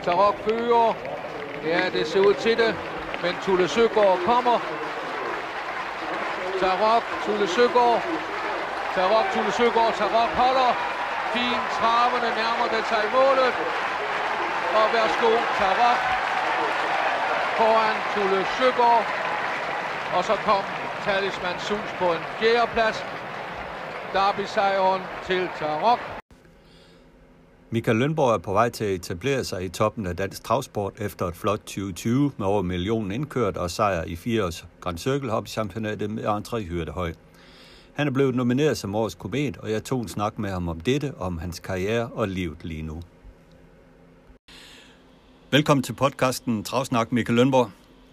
Tarok fører. Ja, det ser ud til det. Men Tulle Søgaard kommer. Tarok, Tulle Søgaard. Tarok, Tulle Søgaard. Tarok holder. Fint traverne nærmer det sig i målet. Og værsgo, Tarok foran Tulle Søgaard. Og så kom Talisman Sus på en 4. plads. Derby-sejren til Tarok. Michael Lønborg er på vej til at etablere sig i toppen af dansk travsport efter et flot 2020 med over 1 million indkørt og sejr i 4 års Grand Circle Hop championatet med André Hyrdehøj. Han er blevet nomineret som årets komet, og jeg tog en snak med ham om dette, om hans karriere og livet lige nu. Velkommen til podcasten Travsnak, Michael Lønborg.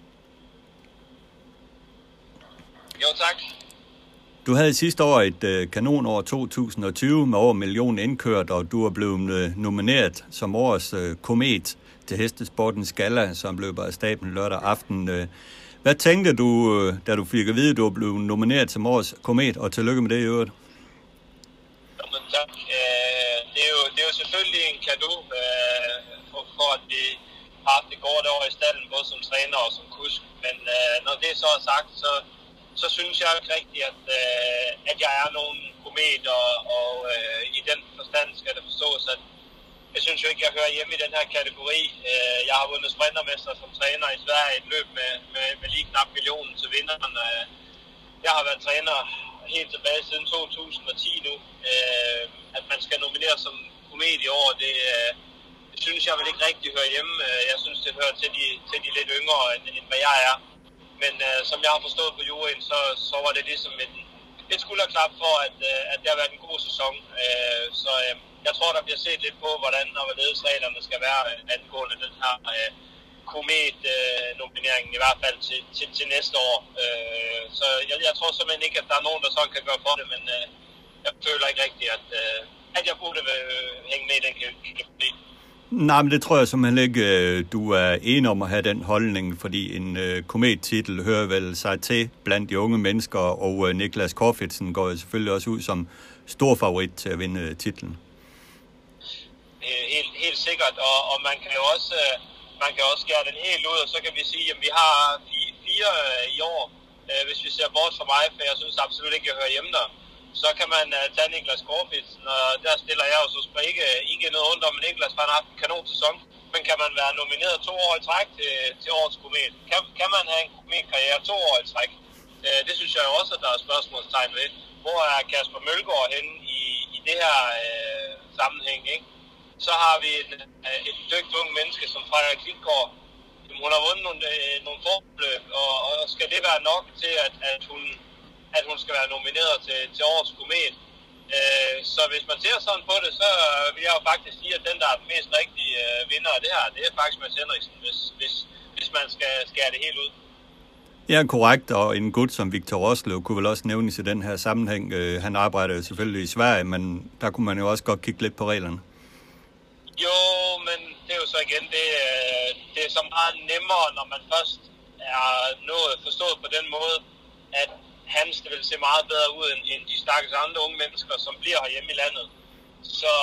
Jo, tak. Du havde sidste år et kanonår 2020 med over 1 million indkørt, og du er blevet nomineret som årets komet til Hestesportens Galla, som løber af stablen lørdag aften. Hvad tænkte du, da du fik at vide, at du er blevet nomineret som årets komet, og tillykke med det i øvrigt? Jamen, tak. Det er jo selvfølgelig en cadeau for at vi har haft det godt år i stallen, både som træner og som kusk. Men når det så er sagt, så synes jeg ikke rigtigt, at jeg er nogen komet, og i den forstand skal det forstås, at jeg synes jo ikke, jeg hører hjemme i den her kategori. Jeg har vundet sprintermester som træner i Sverige, et løb med lige knap millionen til vinderen. Jeg har været træner helt tilbage siden 2010 nu. At man skal nomineres som komet i år, det synes jeg vel ikke rigtig hører hjemme. Jeg synes, det hører til de lidt yngre, end hvad jeg er. Men som jeg har forstået på juryen, så var det ligesom et skulderklap for, at det har været en god sæson. Jeg tror, der bliver set lidt på, hvordan og hvorledes reglerne skal være angående den her komet-nomineringen, i hvert fald til næste år. Så jeg tror simpelthen ikke, at der er nogen, der så kan gøre for det, men jeg føler ikke rigtigt, at jeg burde hænge med i den kategori. Nej, men det tror jeg simpelthen ikke, du er enig om at have den holdning, fordi en komet-titel hører vel sig til blandt de unge mennesker, og Niklas Korfitsen går jo selvfølgelig også ud som stor favorit til at vinde titlen. Helt sikkert, og man kan jo også skære den helt ud, og så kan vi sige, at vi har 4 i år, hvis vi ser bort fra mig, for jeg synes absolut ikke, jeg hører hjemme der. Så kan man tage Niklas Korfitsen, og der stiller jeg jo så ikke noget ondt om Niklas, for han har haft en kanon sæson. Men kan man være nomineret 2 år i træk til årets komet? Kan man have en kometkarriere 2 år i træk? Det synes jeg jo også, at der er spørgsmålstegn ved. Hvor er Kasper Mølgaard henne i det her sammenhæng, ikke? Så har vi et dygtigt unge menneske som Freja Klitgaard. Hun har vundet nogle forløb, og skal det være nok til, at hun skal være nomineret til årets komet. Så hvis man ser sådan på det, så vil jeg jo faktisk sige, at den, der er den mest rigtige vinder af det her, det er faktisk Mads Henriksen, hvis man skal skære det helt ud. Ja, korrekt, og en gut som Victor Roslev kunne vel også nævnes i den her sammenhæng. Han arbejder jo selvfølgelig i Sverige, men der kunne man jo også godt kigge lidt på reglerne. Jo, men det er jo så igen, det er så meget nemmere, når man først er nået forstået på den måde, at hans det vil se meget bedre ud end de stakkels andre unge mennesker, som bliver herhjemme i landet. Så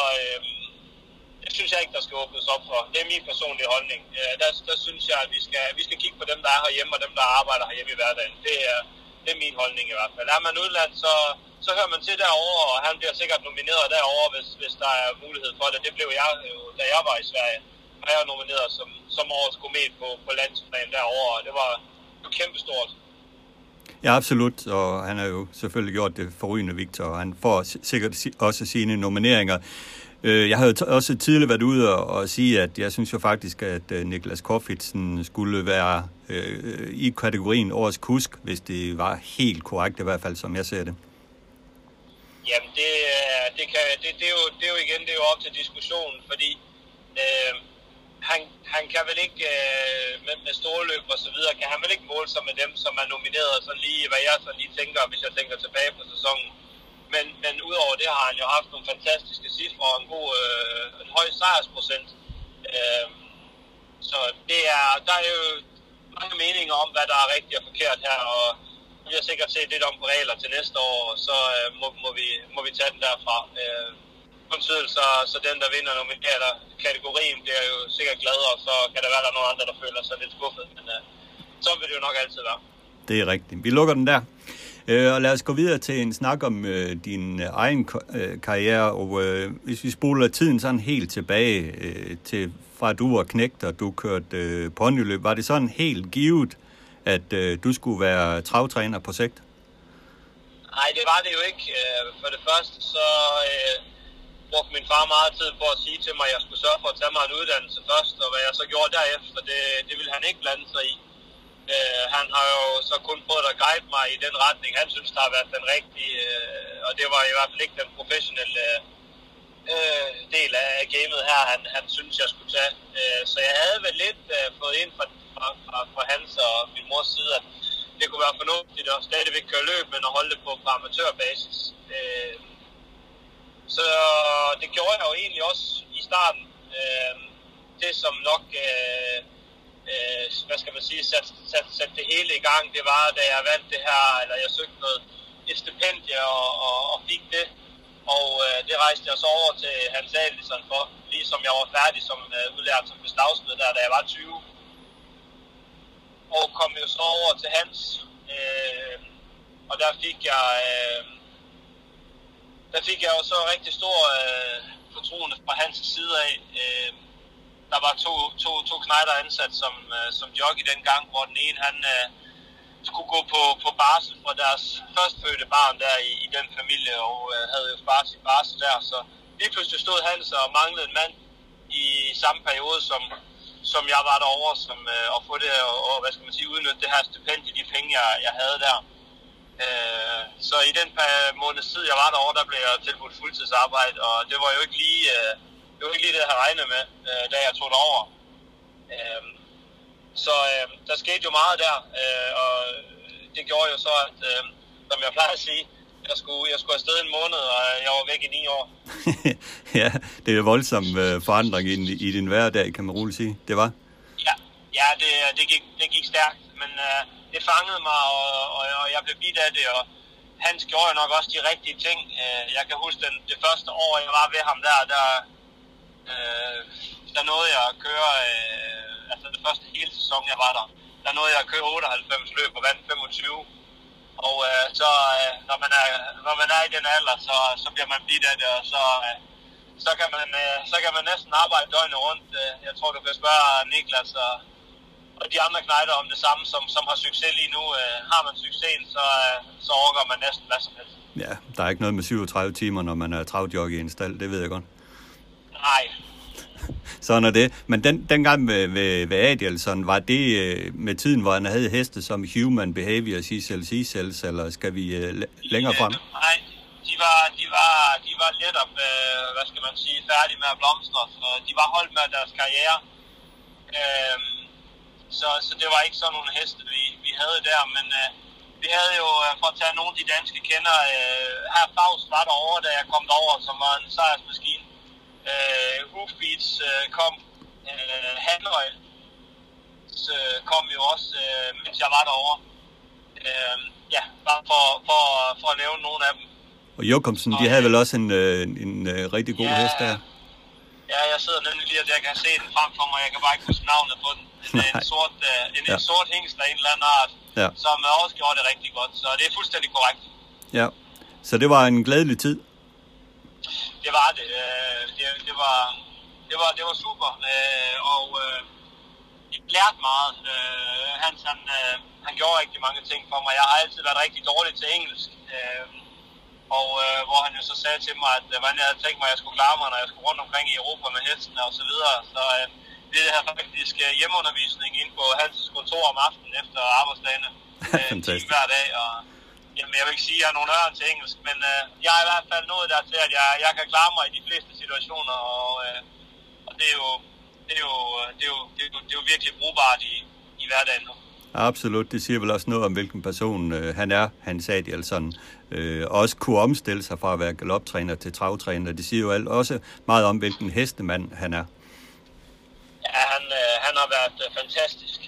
det synes jeg ikke, der skal åbnes op for. Det er min personlige holdning. Der synes jeg, at vi skal kigge på dem, der er herhjemme, og dem, der arbejder herhjemme i hverdagen. Det er min holdning i hvert fald. Er man udland, så hører man til derovre, og han bliver sikkert nomineret derovre, hvis der er mulighed for det. Det blev jeg jo, da jeg var i Sverige. Jeg er nomineret som årets komet på landsplan derovre, og det var jo kæmpestort. Ja, absolut, og han har jo selvfølgelig gjort det forrygende, Victor, og han får sikkert også sine nomineringer. Jeg har jo også tidligere været ude og sige, at jeg synes jo faktisk, at Niklas Korfitsen skulle være i kategorien årets kusk, hvis det var helt korrekt, i hvert fald som jeg ser det. Jamen, det er jo igen, det er jo op til diskussionen, fordi han kan vel ikke, med store løb og så videre, kan han vel ikke måle sig med dem, som er nomineret, sådan lige, hvad jeg sådan lige tænker, hvis jeg tænker tilbage på sæsonen. Men udover det har han jo haft nogle fantastiske cifre og en høj sejrsprocent. Så der er jo mange meninger om, hvad der er rigtigt og forkert her, og vi har sikkert set lidt om på regler til næste år, og så må vi tage den derfra. så den, der vinder nomineret kategorien, bliver jo sikkert glad, og så kan der være der nogle andre, der føler sig lidt skuffet. Men så vil det jo nok altid være. Det er rigtigt. Vi lukker den der. Og lad os gå videre til en snak om din egen karriere, og hvis vi spoler tiden sådan helt tilbage til fra du var knægt, og du kørte ponyløb, var det sådan helt givet, at du skulle være travtræner på sigt? Nej, det var det jo ikke. For det første, så brugte min far meget tid på at sige til mig, at jeg skulle sørge for at tage mig en uddannelse først, og hvad jeg så gjorde derefter, det ville han ikke blande sig i. Han har jo så kun prøvet at guide mig i den retning, han synes, der har været den rigtige, og det var i hvert fald ikke den professionelle del af gamet her, han synes, jeg skulle tage. Så jeg havde vel lidt fået ind fra hans og min mors side, at det kunne være fornuftigt at stadigvæk køre løb, men at holde det på amatørbasis. Så det gjorde jeg jo egentlig også i starten. Det som nok, hvad skal man sige, satte det hele i gang, det var, da jeg vandt det her, eller jeg søgte et stipendie og fik det. Og det rejste jeg så over til Hans Adelsson for, ligesom jeg var færdig som udlært som beslagsmed der, da jeg var 20. Og kom jo så over til Hans, og der fik jeg jo så rigtig stor fortroende fra Hans side af. Der var to knejder ansat som jockey dengang, hvor den ene han skulle gå på barsel fra deres førstfødte barn der i den familie, og havde jo far sin barsel der. Så lige pludselig stod Hans og manglede en mand i samme periode, som jeg var derovre, at få det og hvad skal man sige, udnytte det her stipendie, de penge, jeg havde der. Så i den måneds tid, jeg var derovre, der blev jeg tilbudt fuldtidsarbejde, og det var jo ikke lige det, jeg havde regnet med, da jeg tog derover. Så der skete jo meget der, og det gjorde jo så, at som jeg plejer at sige, jeg skulle afsted en måned, og jeg var væk i 9 år. Ja, det er jo voldsom forandring i din hverdag, kan man roligt sige. Det var? Ja, det gik stærkt, men det fangede mig, og jeg blev bidt af det, og Hans gjorde jo nok også de rigtige ting. Jeg kan huske det første år, jeg var ved ham der nåede jeg at køre, altså det første hele sæson, jeg var der nåede jeg at køre 98 løb og vandt 25. Og når man er i den alder, så bliver man bidt af det, og så kan man næsten arbejde døgnet rundt. Jeg tror, du kan spørge Niklas og de andre knejder om det samme, som har succes lige nu. Har man succesen, så overgår man næsten hvad som helst. Ja, der er ikke noget med 37 timer, når man er travjockey i en stald, det ved jeg godt. Nej. Sådan er det. Men dengang ved Adelsson, var det med tiden, hvor han havde heste som Human Behavior, Seashells, eller skal vi længere frem? Nej, de var netop, hvad skal man sige, færdige med at blomstre. Så de var holdt med deres karriere. Så det var ikke sådan nogle heste, vi havde der, men vi havde jo, for at tage nogle af de danske kender, her Faust var derovre, da jeg kom derover, som var en sejrsmaskine. Hoofbeats kom, Hanøj kom jo også, mens jeg var derovre. Ja, bare for at nævne nogle af dem. Og Jokumsen, de havde vel også en rigtig god hest der? Ja, jeg sidder nemlig lige, at jeg kan se den frem for mig. Jeg kan bare ikke huske navnet på den. En sort hingst af en eller anden art, som også gjorde det rigtig godt. Så det er fuldstændig korrekt. Ja, så det var en glædelig tid. Det var det. Det var super, og jeg lærte meget. Han gjorde rigtig mange ting for mig. Jeg har altid været rigtig dårlig til engelsk, og hvor han jo så sagde til mig, at hvordan jeg havde tænkt mig, at jeg skulle klare mig, når jeg skulle rundt omkring i Europa med hestene og så videre. Så det her faktisk hjemmeundervisning inde på Hans kontor om aftenen efter arbejdsdagene. Hver dag, og jamen, jeg vil ikke sige, at jeg har nogle ører til engelsk, men jeg er i hvert fald nået der til, at jeg kan klare mig i de fleste situationer, og det er jo virkelig brugbart i hverdagen nu. Absolut, det siger vel også noget om, hvilken person han er, Hans Adelsson. Også kunne omstille sig fra at være galoptræner til travtræner. Det siger jo også meget om, hvilken hestemand han er. Ja, han har været fantastisk.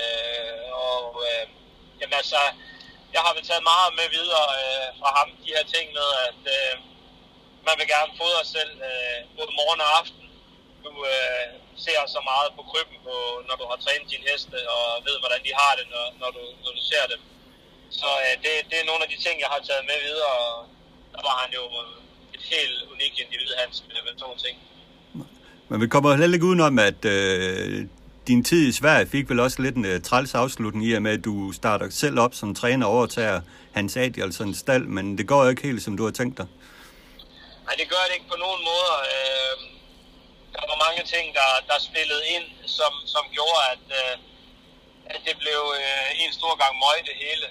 Jamen altså, jeg har vel taget meget med videre fra ham, de her ting med, at man vil gerne fodre selv både morgen og aften. Du ser så meget på krybben, når du har trænet dine heste, og ved, hvordan de har det, når du ser dem. Så det er nogle af de ting, jeg har taget med videre, og der var han jo et helt unikt individ, Hans, med sådan nogle ting. Men vi kommer heller ikke udenom, at din tid i Sverige fik vel også lidt en træls afslutning i og med, at du starter selv op som træner og overtager Hans Adielsons stald, men det går jo ikke helt, som du har tænkt dig. Nej, det gør det ikke på nogen måder. Der var mange ting, der spillede ind, som gjorde, at det blev en stor gang møg det hele.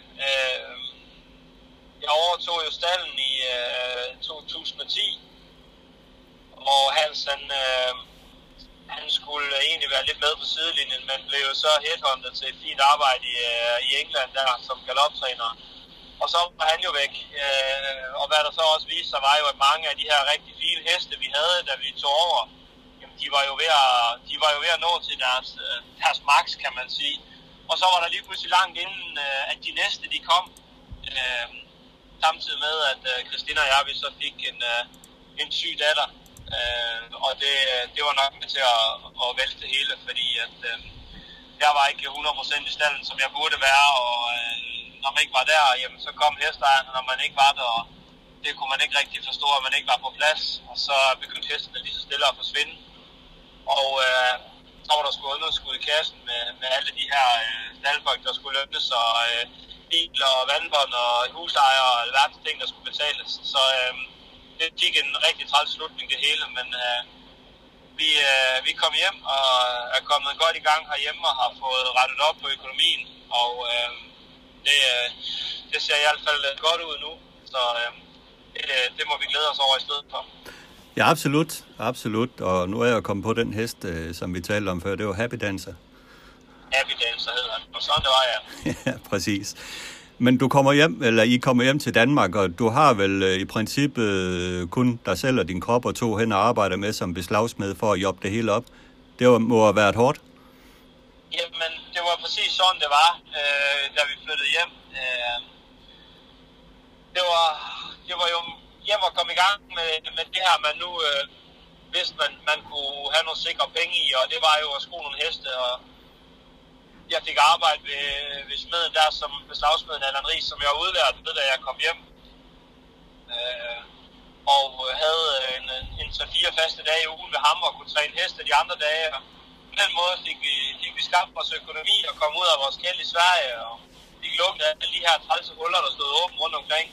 Jeg overtog jo stallen i 2010, og Hans, han skulle egentlig være lidt med på sidelinjen, men blev jo så headhunted til et fint arbejde i England der som galoptræner. Og så var han jo væk. Og hvad der så også viste sig, var jo, at mange af de her rigtig fine heste, vi havde, da vi tog over, jamen, de var jo ved at nå til deres max, kan man sige. Og så var der lige pludselig langt inden, at de næste, de kom. Samtidig med, at Christina og jeg, vi så fik en syg datter. Og det var nok med til at vælte det hele, fordi at jeg var ikke 100% i stallen, som jeg burde være, og når man ikke var der, jamen, så kom hesteejerne, når man ikke var der, og det kunne man ikke rigtig forstå, at man ikke var på plads, og så begyndte hestene lige så stille at forsvinde. Og så var der sgu underskud i kassen med alle de her staldfolk, der skulle lønnes, og biler og vandbånd og huslejer og alverdens ting, der skulle betales. Så det gik en rigtig træls slutning det hele, men vi kom hjem og er kommet godt i gang herhjemme og har fået rettet op på økonomien, og det ser i hvert fald godt ud nu, så det må vi glæde os over i stedet for. Ja, absolut, og nu er jeg kommet på den hest, som vi talte om før, det var Happy Dancer. Happy Dancer hedder han, og sådan det var jeg. Ja, præcis. Men I kommer hjem til Danmark, og du har vel i princippet kun dig selv og din krop og 2 hænder at arbejde med som beslagsmed for at jobbe det hele op. Det må have været hårdt? Jamen, det var præcis sådan, det var, da vi flyttede hjem. Det var jo hjem at komme i gang med det her, man nu vidste, man kunne have nogle sikre penge i, og det var jo at sko nogle heste, og jeg fik arbejde ved smeden der som beslagsmeden Allan Riis, som jeg var udlært ved, da jeg kom hjem. Og havde en 3-4 faste dage i ugen ved ham og kunne træne heste de andre dage. Og på den måde fik vi skabt vores økonomi og kom ud af vores kæld i Sverige. Og fik lukket af alle de her trælse huller, der stod åbent rundt omkring.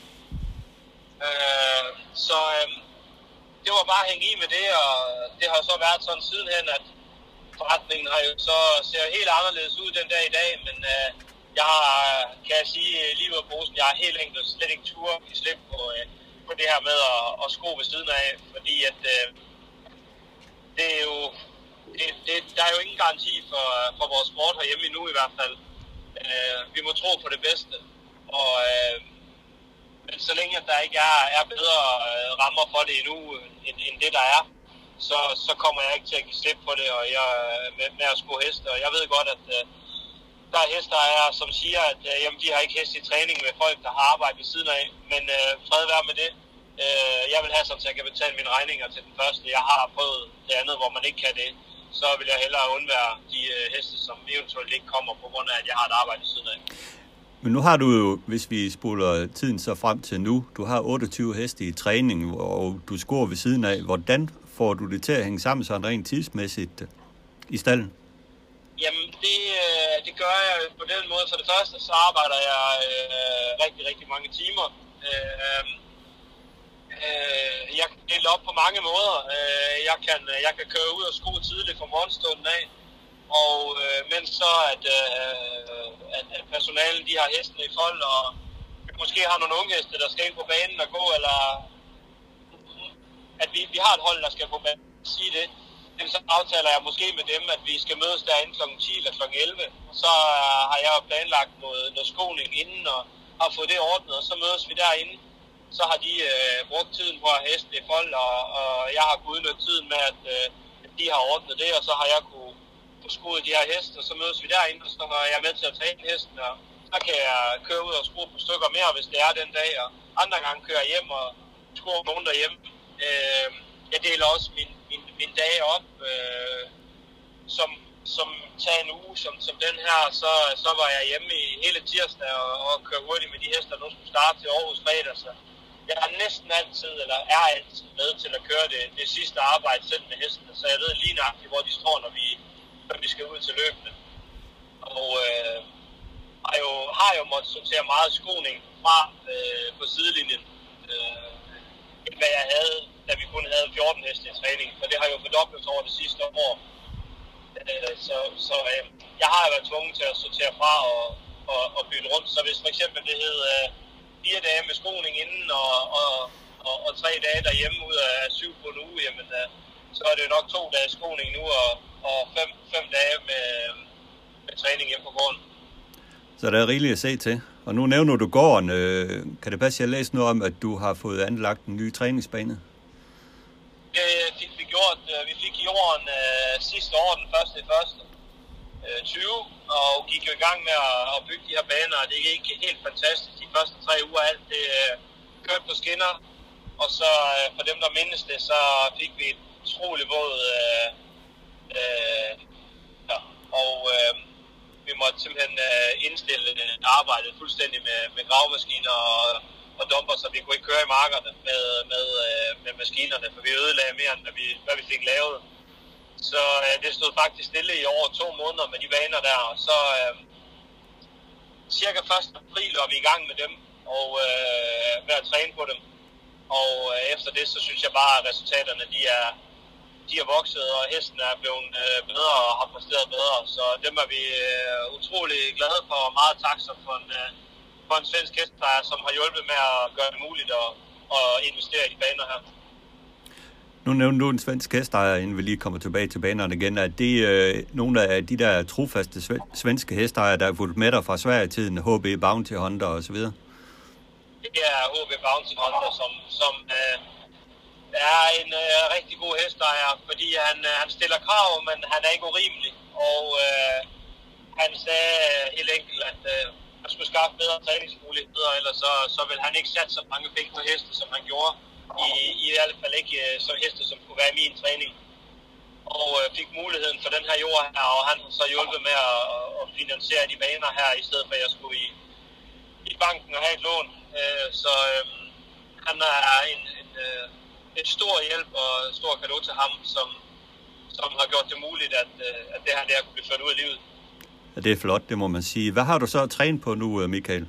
Så det var bare at hænge i med det, og det har så været sådan sidenhen, at forretningen har jo så ser helt anderledes ud den dag i dag, men jeg har, kan jeg sige, lige ud af posen, jeg har helt enkelt slet ikke tur i slip på det her med at skrue ved siden af, fordi at det er jo, der er jo ingen garanti for vores sport herhjemme endnu i hvert fald. Vi må tro på det bedste, og men så længe der ikke er bedre rammer for det endnu, end det der er, så kommer jeg ikke til at give slip på det, og jeg med at skrue heste. Og jeg ved godt, at der er hesteejere, som siger, at jamen, de har ikke heste i træning med folk, der har arbejdet ved siden af. Men fred være med det. Jeg vil have sådan, så jeg kan betale mine regninger til den første. Jeg har prøvet det andet, hvor man ikke kan det. Så vil jeg hellere undvære de heste, som eventuelt ikke kommer på grund af, at jeg har et arbejde ved siden af. Men nu har du jo, hvis vi spoler tiden så frem til nu, du har 28 heste i træning, og du scorer ved siden af. Hvordan får du det til at hænge sammen sådan rent tidsmæssigt i stallen? Jamen, det gør jeg på den måde. For det første, så arbejder jeg rigtig, rigtig mange timer. Jeg kan dele op på mange måder. Jeg kan køre ud og sko tidligt fra morgenstunden af, og mens så at personalen de har hestene i fold, og måske har nogle unge heste, der skal ind på banen og gå, eller at vi har et hold, der skal på banen og sige det. Så aftaler jeg måske med dem, at vi skal mødes derinde kl. 10 eller kl. 11. Så har jeg planlagt noget skoling inden og har fået det ordnet, og så mødes vi derinde. Så har de brugt tiden på at have heste i fold, og jeg har kunnet udnytte tiden med, at de har ordnet det, og så har jeg kunne få skudt de her heste, og så mødes vi derinde, og så er jeg med til at træne hesten, og så kan jeg køre ud og skrue på stykker mere, hvis det er den dag, og andre gange kører jeg hjem og skruer nogen derhjemme. Jeg deler også min dage op, som tager en uge som den her, så var jeg hjemme i hele tirsdag og kørte hurtigt med de hester, der nu skulle starte til Aarhus fredag. Så jeg er næsten altid, eller er altid med til at køre det sidste arbejde selv med hestene, så jeg ved lige nøjagtigt, hvor de står, når vi skal ud til løbende. Og har jo måttet sortere meget skoning fra på sidelinjen, hvad jeg havde, da vi kun havde 14 heste i træning, for det har jo fordoblet over det sidste år. Så jeg har været tvunget til at sortere fra og bytte rundt, så hvis for eksempel det hed 4 dage med skoning inden og 3 dage derhjemme ud af 7 på en uge, jamen, så er det jo nok 2 dage skoning nu og 5 dage med træning hjemme på gården. Så der er rigeligt at se til. Og nu nævner du gården. Kan det passe, at jeg læste noget om, at du har fået anlagt en ny træningsbane? Det fik vi gjort. Vi fik jorden sidste år, den 1.1.20, og gik jo i gang med at bygge de her baner. Det gik helt fantastisk. De første 3 uger alt det kørte på skinner. Og så for dem, der mindes det, så fik vi et utroligt våd vi måtte simpelthen indstille arbejdet fuldstændig med gravemaskiner og dumper, så vi kunne ikke køre i markerne med maskinerne, for vi ødelagde mere, end hvad vi fik lavet. Så det stod faktisk stille i over 2 måneder med de baner der, og så cirka 1. april var vi i gang med dem, og med at træne på dem. Og efter det, så synes jeg bare, at resultaterne, de er vokset, og hesten er blevet bedre og har præsteret bedre. Så dem er vi utrolig glade for, og meget taksom for en svensk hestejer, som har hjulpet med at gøre det muligt at investere i de baner her. Nu nævner du en svensk hestejer, inden vi lige kommer tilbage til banerne igen. Er det nogle af de der trofaste svenske hestejer, der er fulgt med dig fra Sverige-tiden, HB Bounty Hunter og så videre? Det er HB Bounty Hunter, som er en rigtig god hestejer, fordi han stiller krav, men han er ikke urimelig. Og han sagde helt enkelt, at han skulle skaffe bedre træningsmuligheder, ellers så vil han ikke sætte så mange penge på heste, som han gjorde. I hvert fald ikke så heste, som kunne være i min træning. Og fik muligheden for den her jord her, og han har så hjulpet med at finansiere de baner her, i stedet for at jeg skulle i banken og have et lån. Så han er en stor hjælp og en stor cadeau til ham, som har gjort det muligt, at det her der kunne blive ført ud af livet. Ja, det er flot, det må man sige. Hvad har du så trænet på nu, Michael?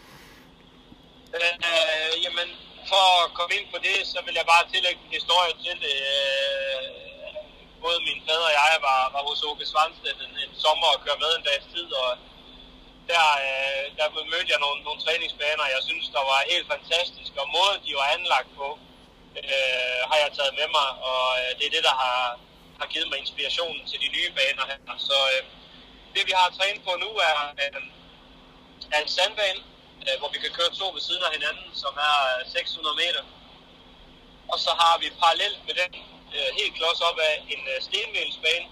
Jamen, for at komme ind på det, så vil jeg bare tillægge en historie til det. Både min fader og jeg var hos Åke Svanstedt en sommer og kørte med en dags tid, og der mødte jeg nogle træningsbaner, jeg synes, der var helt fantastisk, og måden de var anlagt på, har jeg taget med mig, og det er det, der har givet mig inspirationen til de nye baner her. Så det, vi har trænet på nu, er en sandbane, hvor vi kan køre 2 ved siden af hinanden, som er 600 meter. Og så har vi parallelt med den helt klods op af en stenvældesbane,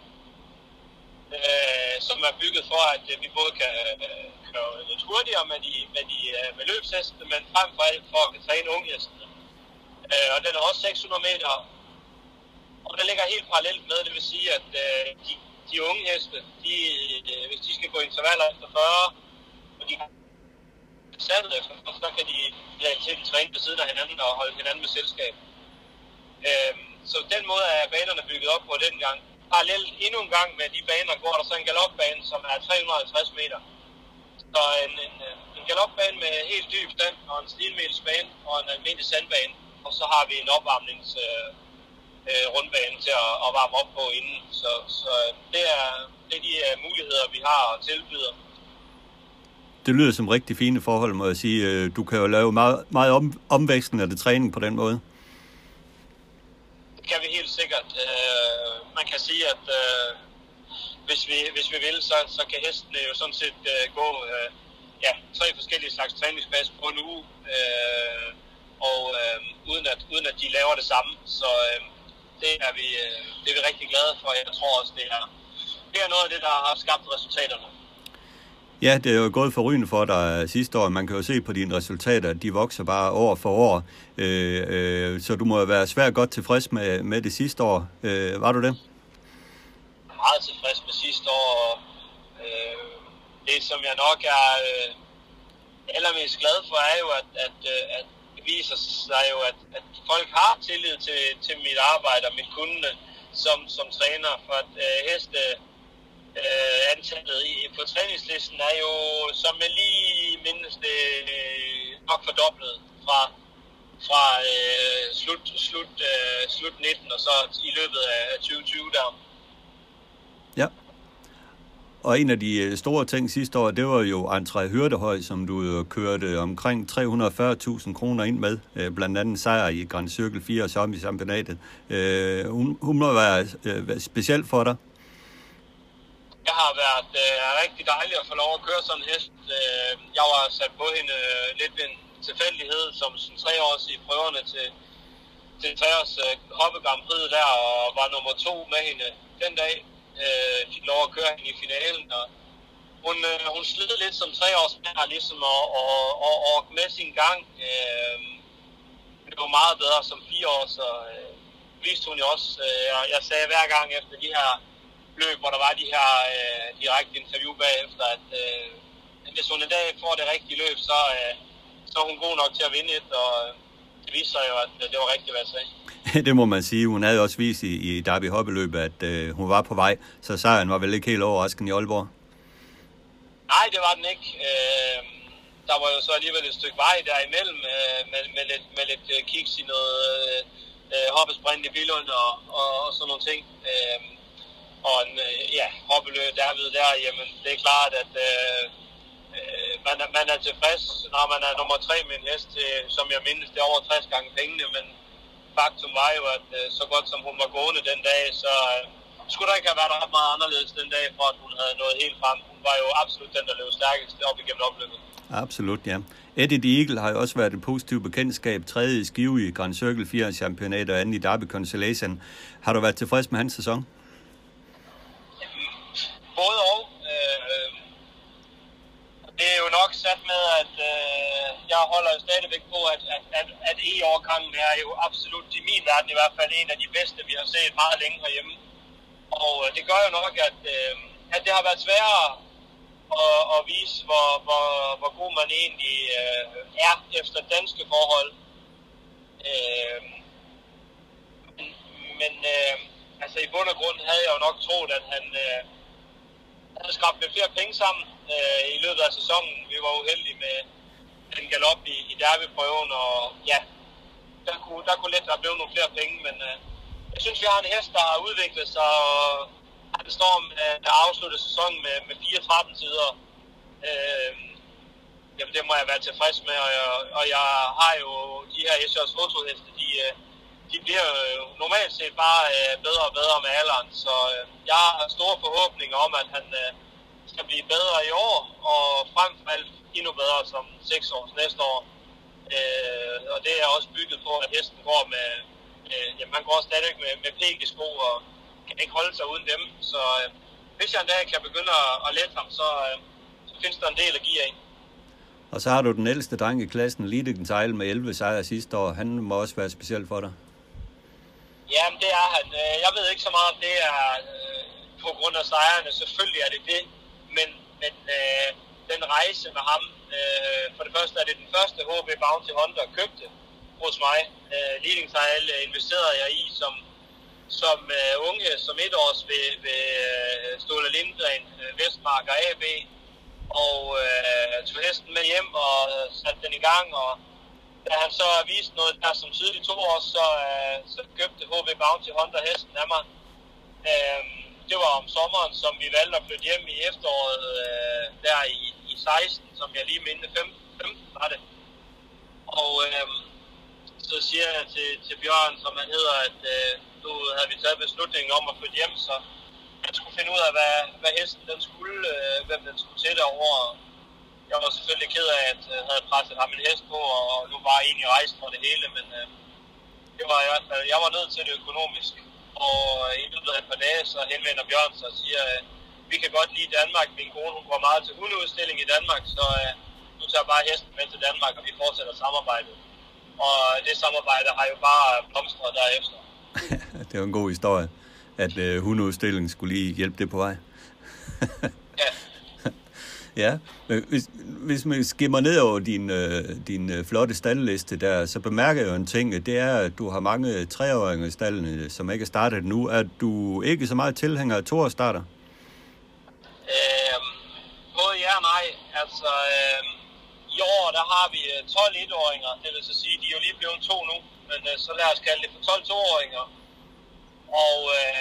som er bygget for, at vi både kan køre lidt hurtigere med løbshestene, men frem for alt for at kan træne unghestene. Og den er også 600 meter, og den ligger helt parallelt med, det vil sige, at de unge heste, hvis de skal gå intervaller efter 40, og de sandet efter, så kan de reelt træne ved siden af hinanden og holde hinanden med selskab. Så den måde er banerne bygget op på dengang. Parallelt endnu en gang med de baner går der så en galopbane, som er 350 meter. Så en galopbane med helt dyb stand og en stilmelsbane og en almindelig sandbane. Og så har vi en opvarmningsrundbane til at varme op på inden. Så det er de muligheder, vi har og tilbyder. Det lyder som rigtig fine forhold, må jeg sige. Du kan jo lave meget omvekslende træning på den måde. Det kan vi helt sikkert. Man kan sige, at hvis vi vil, så kan hestene jo sådan set gå 3 forskellige slags træningspas på en uge, uden at de laver det samme. Så det er vi rigtig glade for. Jeg tror også, det er noget af det, der har skabt resultaterne. Ja, det er jo gået forrygende for dig sidste år. Man kan jo se på dine resultater, de vokser bare år for år. Så du må jo være svært godt tilfreds med det sidste år. Var du det? Meget tilfreds med sidste år. Det, som jeg nok er allermest glad for, er jo, at det viser sig jo, at folk har tillid til mit arbejde og mit kunde som træner, for at heste antallet på træningslisten er jo, som jeg lige mindes det, nok fordoblet fra slut 19 og så i løbet af 2020 der. Ja. Og en af de store ting sidste år, det var jo André Hyrdehøj, som du kørte omkring 340.000 kroner ind med, blandt andet sejr i Grand Circle 4 og som i championatet. Hun må være speciel for dig. Det har været rigtig dejligt at få lov at køre sådan en hest. Jeg var sat på hende lidt ved en tilfældighed, som 3 års i prøverne til 3 års hoppegampride der, og var nummer 2 med hende den dag. Fik lov at køre hende i finalen, og hun slid lidt som 3 års med ligesom og med sin gang. Det var meget bedre som 4 år, så viste hun jo også. Jeg sagde hver gang efter de her løb, hvor der var de her direkte interview bagefter, at hvis hun en dag får det rigtige løb, så er hun god nok til at vinde et, og det viser sig jo, at det var rigtigt, hvad jeg sagde. Det må man sige. Hun havde også vist i Derby Hoppeløbet, at hun var på vej, så sejren var vel ikke helt overraskende i Aalborg? Nej, det var den ikke. Der var jo så alligevel et stykke vej derimellem med lidt kiks i noget hoppesprint i Billund og sådan nogle ting. Og en hoppeløb derved der, jamen det er klart, at man er tilfreds, når man er nummer 3 med en hest, som jeg mindes, det er over 60 gange pengene, men faktum var jo, at så godt som hun var gående den dag, så skulle der ikke have været ret meget anderledes den dag, for at hun havde nået helt frem. Hun var jo absolut den, der løb stærkest op igennem opløbet. Absolut, ja. Eddie the Eagle har jo også været et positivt bekendtskab, 3. i Skive i Grand Circle 4 championat og 2. i Derby Constellation. Har du været tilfreds med hans sæson? Både og. Det er jo nok sat med, at jeg holder stadigvæk på, at E-årgangen er jo absolut, i min verden i hvert fald, en af de bedste, vi har set meget længe herhjemme. Og det gør jo nok, at det har været sværere at vise, hvor god man egentlig er efter danske forhold. Men altså i bund og grund havde jeg jo nok troet, at han havde skrabt lidt flere penge sammen i løbet af sæsonen. Vi var uheldige med den galop i derbyprøven, og ja, der kunne let have blevet nogle flere penge, men jeg synes, vi har en hest, der har udviklet sig, og han står med afsluttet sæsonen med 4-13 tider. Jamen, det må jeg være tilfreds med, og jeg har jo de her Eschers fotoheste, de bliver jo normalt set bare bedre og bedre med alderen, så jeg har store forhåbninger om, at han skal blive bedre i år, og frem for alt endnu bedre som 6 års næste år. Og det er også bygget på, at hesten går med, man går stadig med PG-sko, og kan ikke holde sig uden dem, så hvis jeg en dag kan begynde at lette ham, så findes der en del at give af. Og så har du den ældste dreng i klassen, Lidigen Teil, med 11 sejre sidste år. Han må også være speciel for dig. Jamen, det er han. Jeg ved ikke så meget, om det er på grund af sejrene. Selvfølgelig er det det. Men den rejse med ham, for det første er det den første HB Bounty Hunter købte hos mig. Lidigen Teil investerede jeg i som unge, som 1-års ved Ståle Lindgren, Vestmark og AB. Og tog hesten med hjem og satte den i gang, og da han så viste noget der som tidligt 2 år, så købte HB Bounty Hunter hesten af mig. Det var om sommeren, som vi valgte at flytte hjem i efteråret, der i 16, som jeg lige minde, 15 var det. Og så siger jeg til Bjørn, som han hedder, at nu havde vi taget beslutningen om at flytte hjem, så jeg skulle finde ud af, hvad hesten den skulle, hvem den skulle til derovre. Jeg var selvfølgelig ked af, at jeg havde presset ham en hest på, og nu var jeg egentlig rejst for det hele, men det var i hvert fald, jeg var nødt til det økonomisk. Og i løbet af et par dage, så henvender Bjørn sig og siger, vi kan godt lide Danmark. Min kone, hun går meget til hundeudstilling i Danmark, så nu tager jeg bare hesten med til Danmark, og vi fortsætter samarbejdet. Og det samarbejde har jo bare blomstret derefter. Det er jo en god historie, at hundeudstillingen skulle lige hjælpe det på vej. Ja. Ja, hvis man skimmer ned over din flotte staldliste der, så bemærker jeg jo en ting, det er, at du har mange treåringer i stallene, som ikke er startet nu. Er du ikke så meget tilhænger af toårsstarter? Både ja og nej. Altså, i år, der har vi 12 1-åringer, det vil så sige, de er jo lige blevet 2 nu, men så lad os kalde det for 12 2-åringer. Og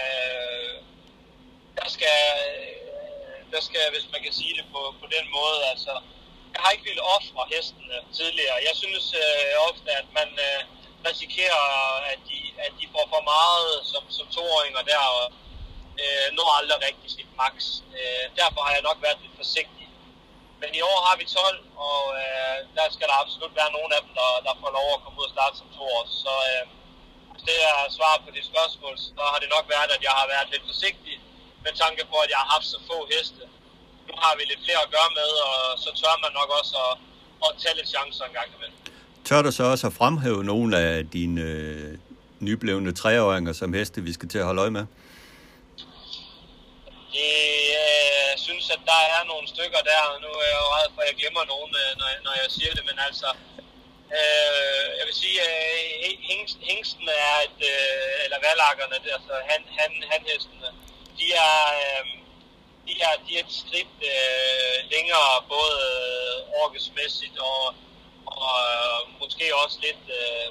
der skal, hvis man kan sige det på den måde, altså, jeg har ikke ville ofre hestene tidligere. Jeg synes ofte, at man risikerer, at de får for meget som 2-åringer der, og når aldrig rigtig sit max. Derfor har jeg nok været lidt forsigtig. Men i år har vi 12, og der skal der absolut være nogen af dem, der får lov at komme ud og starte som 2 år. Så hvis det er svar på de spørgsmål, så har det nok været, at jeg har været lidt forsigtig med tanke på, at jeg har haft så få heste. Nu har vi lidt flere at gøre med, og så tør man nok også at tage lidt chancer en gang imellem. Tør du så også at fremhæve nogle af dine nyblevne 3-åringer som heste, vi skal til at holde øje med? Jeg synes, at der er nogle stykker der. Nu er jeg jo ret for, at jeg glemmer nogen, når jeg siger det, men altså, jeg vil sige, hængsten er eller valakkerne, altså hanhestene, de er et skridt længere, både orkesmæssigt og måske også lidt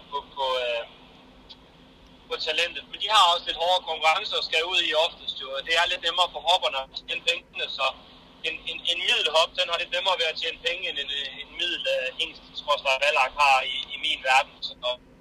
på talentet. Men de har også lidt hårdere konkurrencer og skal ud i oftest jo. Det er lidt nemmere for hopperne at tjene pengene, så en middelhop, den har lidt nemmere ved at tjene penge, end en middelhængst, valak har i min verden. Så,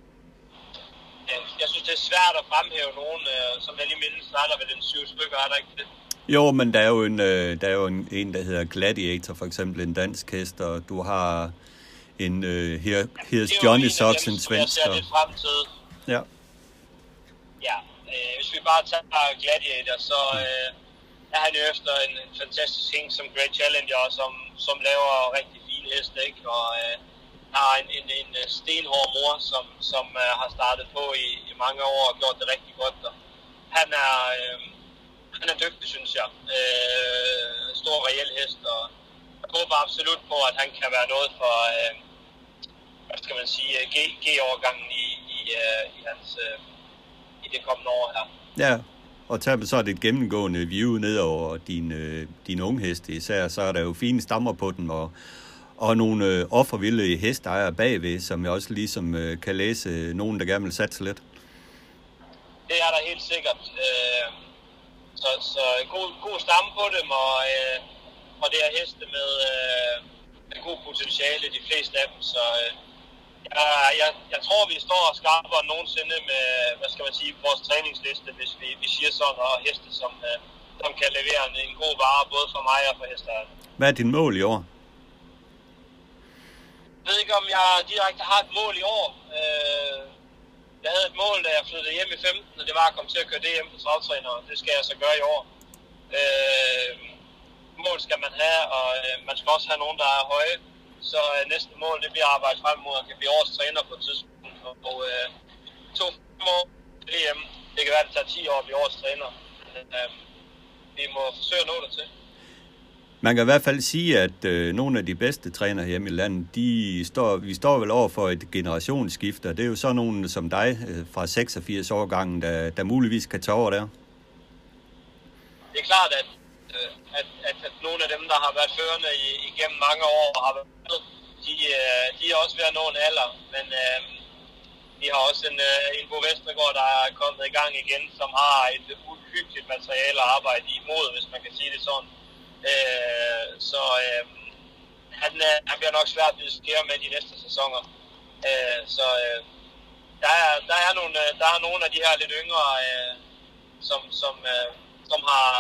jeg synes, det er svært at fremhæve nogen, som jeg lige mindes, der er ved den 7 stykker, er der ikke det? Jo, men der er jo en, der hedder Gladiator, for eksempel en dansk hest, og du har en Here's Johnny Socks, en svensk. Det er jo en af dem, som jeg ser lidt frem til. Ja. Ja, hvis vi bare tager Gladiator, så er han jo efter en fantastisk hængt som Great Challenger, som laver rigtig fine heste, ikke? Og har en stenhård mor, som har startet på i mange år og gjort det rigtig godt. Og han er dygtig, synes jeg. Stor reel hest, og jeg håber absolut på, at han kan være noget for, hvad skal man sige, G-overgangen i hans i det kommende år her. Ja, og tager så et gennemgående view ned over dine unge heste især, så er der jo fine stammer på dem, og nogle offervilde hestejere bagved, som jeg også ligesom kan læse nogen, der gerne vil satse lidt. Det er der helt sikkert. Så god stamme på dem, og det er heste med god potentiale, de fleste af dem, så jeg tror, vi står skarpere end nogensinde med, hvad skal man sige, vores træningsliste, hvis vi siger sådan, og heste, som kan levere en god vare, både for mig og for hestejerne. Hvad er dit mål i år? Jeg ved ikke, om jeg direkte har et mål i år. Jeg havde et mål, da jeg flyttede hjem i 15, og det var at komme til at køre DM på travtræner, og det skal jeg så gøre i år. Mål skal man have, og man skal også have nogen, der er høje. Så næste mål, det bliver at arbejde frem mod at kan blive års træner på et tidspunkt. Og 2 år DM, det kan være, det tager 10 år at blive års træner. Vi må forsøge at nå det til. Man kan i hvert fald sige, at nogle af de bedste trænere hjemme i landet, vi står vel over for et generationsskifte. Det er jo så nogen som dig fra 86 årgangen, der muligvis kan tage over der. Det er klart, at nogle af dem, der har været førende igennem mange år, har været, de er også ved at nå en alder. Men vi har også en Bo Vestergaard, der er kommet i gang igen, som har et uhyggeligt materiale at arbejde imod, hvis man kan sige det sådan. Han bliver nok svært at diskutere med de næste sæsoner. Der er nogle af de her lidt yngre, som har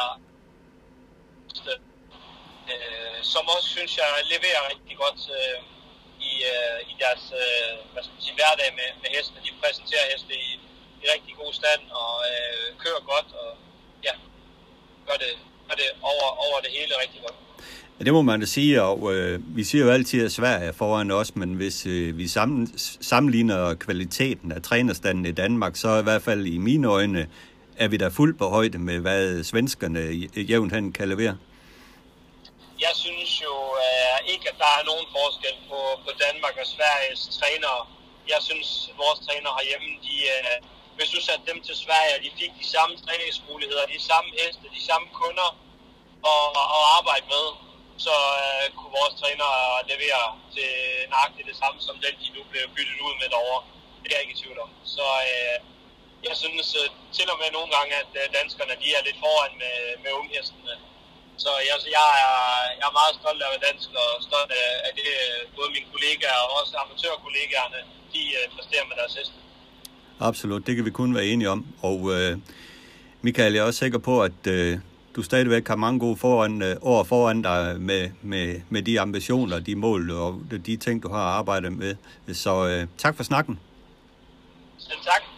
som også, synes jeg, leverer rigtig godt i deres hvad skal man sige, hverdag med hestene. De præsenterer heste i rigtig god stand og kører godt og ja, gør det det over det hele rigtig godt. Ja, det må man da sige, og vi siger jo altid, at Sverige er foran os, men hvis vi sammenligner kvaliteten af trænerstanden i Danmark, så i hvert fald i mine øjne, er vi da fuldt på højde med, hvad svenskerne jævnt hen kan levere. Jeg synes jo ikke, at der er nogen forskel på Danmark og Sveriges trænere. Jeg synes, at vores trænere herhjemme, hvis du satte dem til Sverige, de fik de samme træningsmuligheder, de samme heste, de samme kunder at arbejde med, så kunne vores trænere levere til nøjagtigt det samme, som den de nu blev byttet ud med derovre. Det er jeg ikke i tvivl om. Så jeg synes til og med nogle gange, at danskerne de er lidt foran med unghestene. Så jeg er meget stolt af at være dansk, og stolt af det, både mine kollegaer og også amatørkollegaerne, de præsterer med deres heste. Absolut, det kan vi kun være enige om. Og Michael, jeg er også sikker på, at du stadigvæk har mange gode år foran dig med de ambitioner, de mål og de ting, du har arbejdet med. Så tak for snakken. Selv tak.